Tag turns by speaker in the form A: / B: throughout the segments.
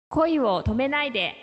A: 恋を止めないで。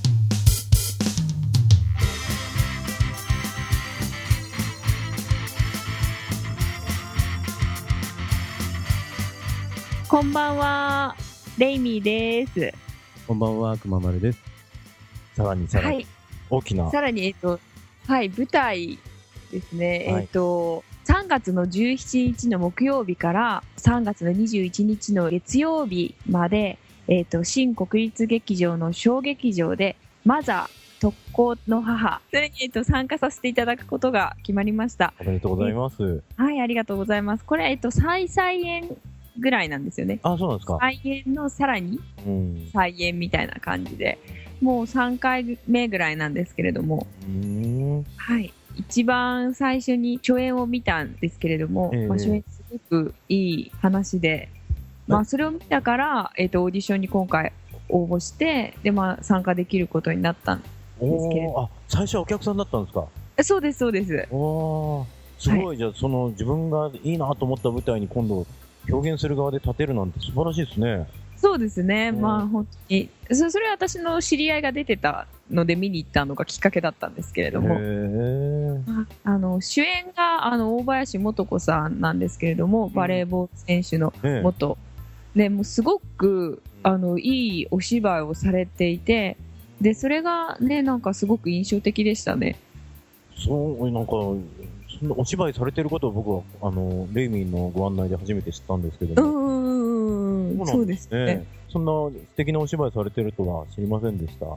A: こんばんは、レイミーです。
B: こんばんは、くままるです。さらに、
A: はい、
B: 大きな。
A: さらに、はい、舞台ですね。
B: はい
A: 3月の17日の木曜日から3月の21日の月曜日まで、新国立劇場の小劇場でマザー特攻の母、それに、参加させていただくことが決まりました。
B: おめでとうございます。
A: はい、ありがとうございます。これ、再演ぐらいなんですよね。
B: あ、そうなんですか。
A: 再演のさらに再演みたいな感じで、もう3回目ぐらいなんですけれども、はい、一番最初に初演を見たんですけれども、初演すごくいい話で、それを見たから、オーディションに今回応募して、で、参加できることになったんですけれど。
B: あ、最初はお客さんだったんですか。
A: そうですそうです。
B: すごい、じゃあその自分がいいなと思った舞台に今度表現する側で立てるなんて素晴らしいですね。
A: そうですね、本当にそれは私の知り合いが出てたので見に行ったのがきっかけだったんですけれども、主演が大林素子さんなんですけれども、バレーボール選手の元、もうすごくいいお芝居をされていて、でそれがね、なんかすごく印象的でしたね。
B: なんかそんなお芝居されてることを僕はレイミーのご案内で初めて知ったんですけども、
A: そうですね。
B: そんな素敵なお芝居されてるとは知りませんでした。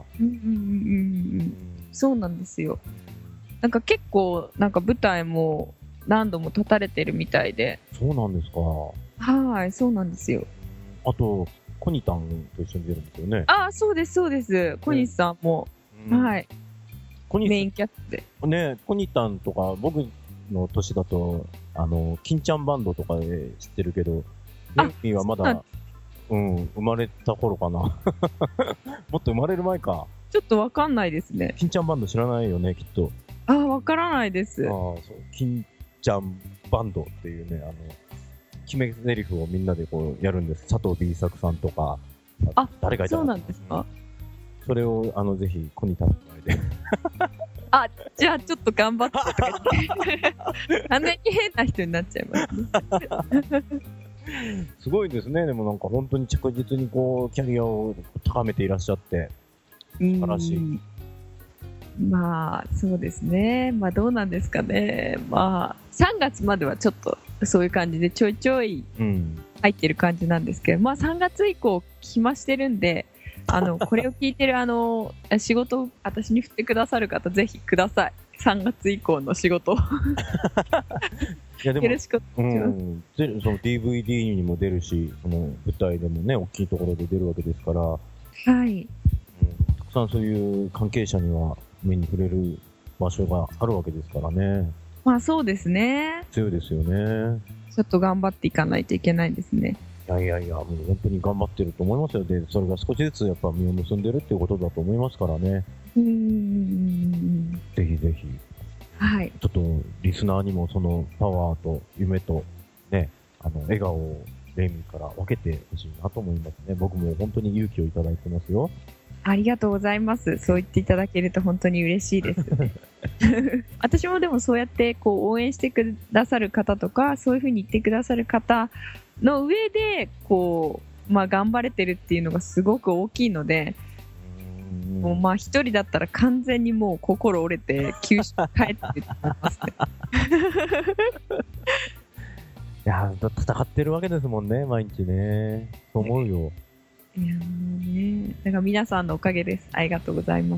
A: そうなんですよ。なんか結構なんか舞台も何度も立たれてるみたいで。
B: そうなんですか。
A: はい、そうなんですよ。
B: あとコニタンと一緒に出るんですよね。
A: そうですそうです。小西さんも、はい、メインキャストで
B: ね。コニタンとか僕の年だと金ちゃんバンドとかで知ってるけど、レイミーはまだ生まれた頃かな。もっと生まれる前か。
A: ちょっとわかんないですね。
B: 金ちゃんバンド知らないよね、きっと。
A: わからないです。
B: そう、金ちゃんバンドっていうね、決め台詞をみんなでこうやるんです。佐藤 B 作さんとか。誰がいた
A: そうなんですか。
B: それをぜひコニタンの前で。
A: じゃあちょっと頑張ってとか言ってあんなに変な人になっちゃいますね。
B: すごいですね。でもなんか本当に着実にこうキャリアを高めていらっしゃって素晴らしい。
A: そうですね。どうなんですかね。3月まではちょっとそういう感じでちょいちょい入ってる感じなんですけど、3月以降暇してるんで、これを聞いてる仕事を私に振ってくださる方、ぜひください。3月以降の仕事をよろしくお願いします。
B: その DVD にも出るし、その舞台でもね、大きいところで出るわけですから、
A: はい、
B: たくさんそういう関係者には目に触れる場所があるわけですからね。
A: そうですね。
B: 強いですよね。
A: ちょっと頑張っていかないといけないですね。
B: いや、もう本当に頑張ってると思いますよ。で、それが少しずつやっぱ実を結んでるっていうことだと思いますからね。ぜひぜひ。
A: はい。
B: ちょっとリスナーにもそのパワーと夢とね、笑顔をレイミーから分けてほしいなと思いますね。僕も本当に勇気をいただいてますよ。
A: ありがとうございます。そう言っていただけると本当に嬉しいです。私もでもそうやってこう応援してくださる方とか、そういう風に言ってくださる方の上でこう、頑張れてるっていうのがすごく大きいので、もう一人だったら完全にもう心折れて九州帰ってますね。
B: いや、戦ってるわけですもんね、毎日ね。そう思うよ。
A: いやね、だから皆さんのおかげです。ありがとうございます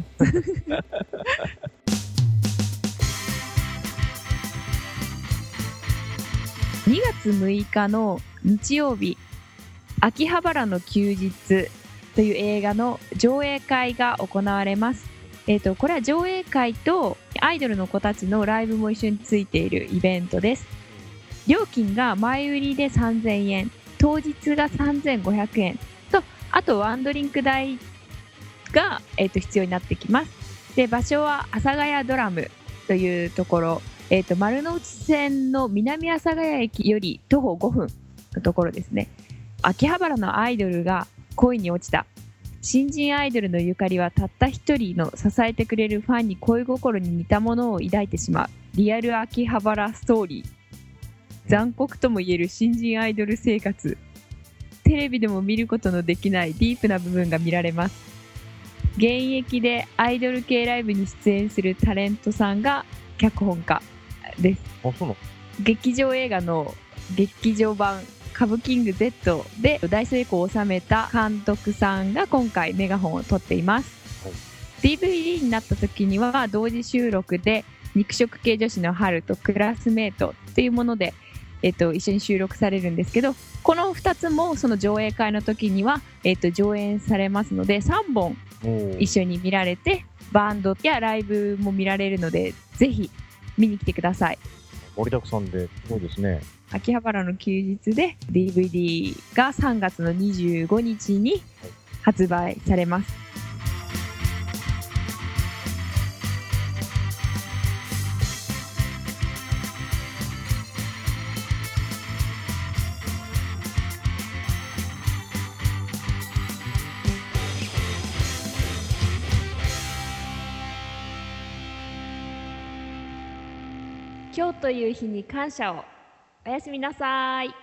A: 。2月6日の日曜日、秋葉原の休日という映画の上映会が行われます。これは上映会とアイドルの子たちのライブも一緒についているイベントです。料金が前売りで3000円、当日が3500円と、あとワンドリンク代が、必要になってきます。で、場所は阿佐ヶ谷ドラムというところ、丸ノ内線の南阿佐ヶ谷駅より徒歩5分のところですね。秋葉原のアイドルが恋に落ちた新人アイドルのゆかりはたった一人の支えてくれるファンに恋心に似たものを抱いてしまうリアル秋葉原ストーリー。残酷ともいえる新人アイドル生活。テレビでも見ることのできないディープな部分が見られます。現役でアイドル系ライブに出演するタレントさんが脚本家です。
B: あ、そうなの？
A: 劇場映画の劇場版カブキング Z で大成功を収めた監督さんが今回メガホンを取っています。はい、DVD になった時には同時収録で肉食系女子の春とクラスメートというもので、一緒に収録されるんですけど、この2つもその上映会の時には、上演されますので3本一緒に見られて、バンドやライブも見られるのでぜひ見に来てください。
B: 盛りだくさんですごいですね。
A: 秋葉原の休日で DVD が3月の25日に発売されます。今日という日に感謝を。おやすみなさい。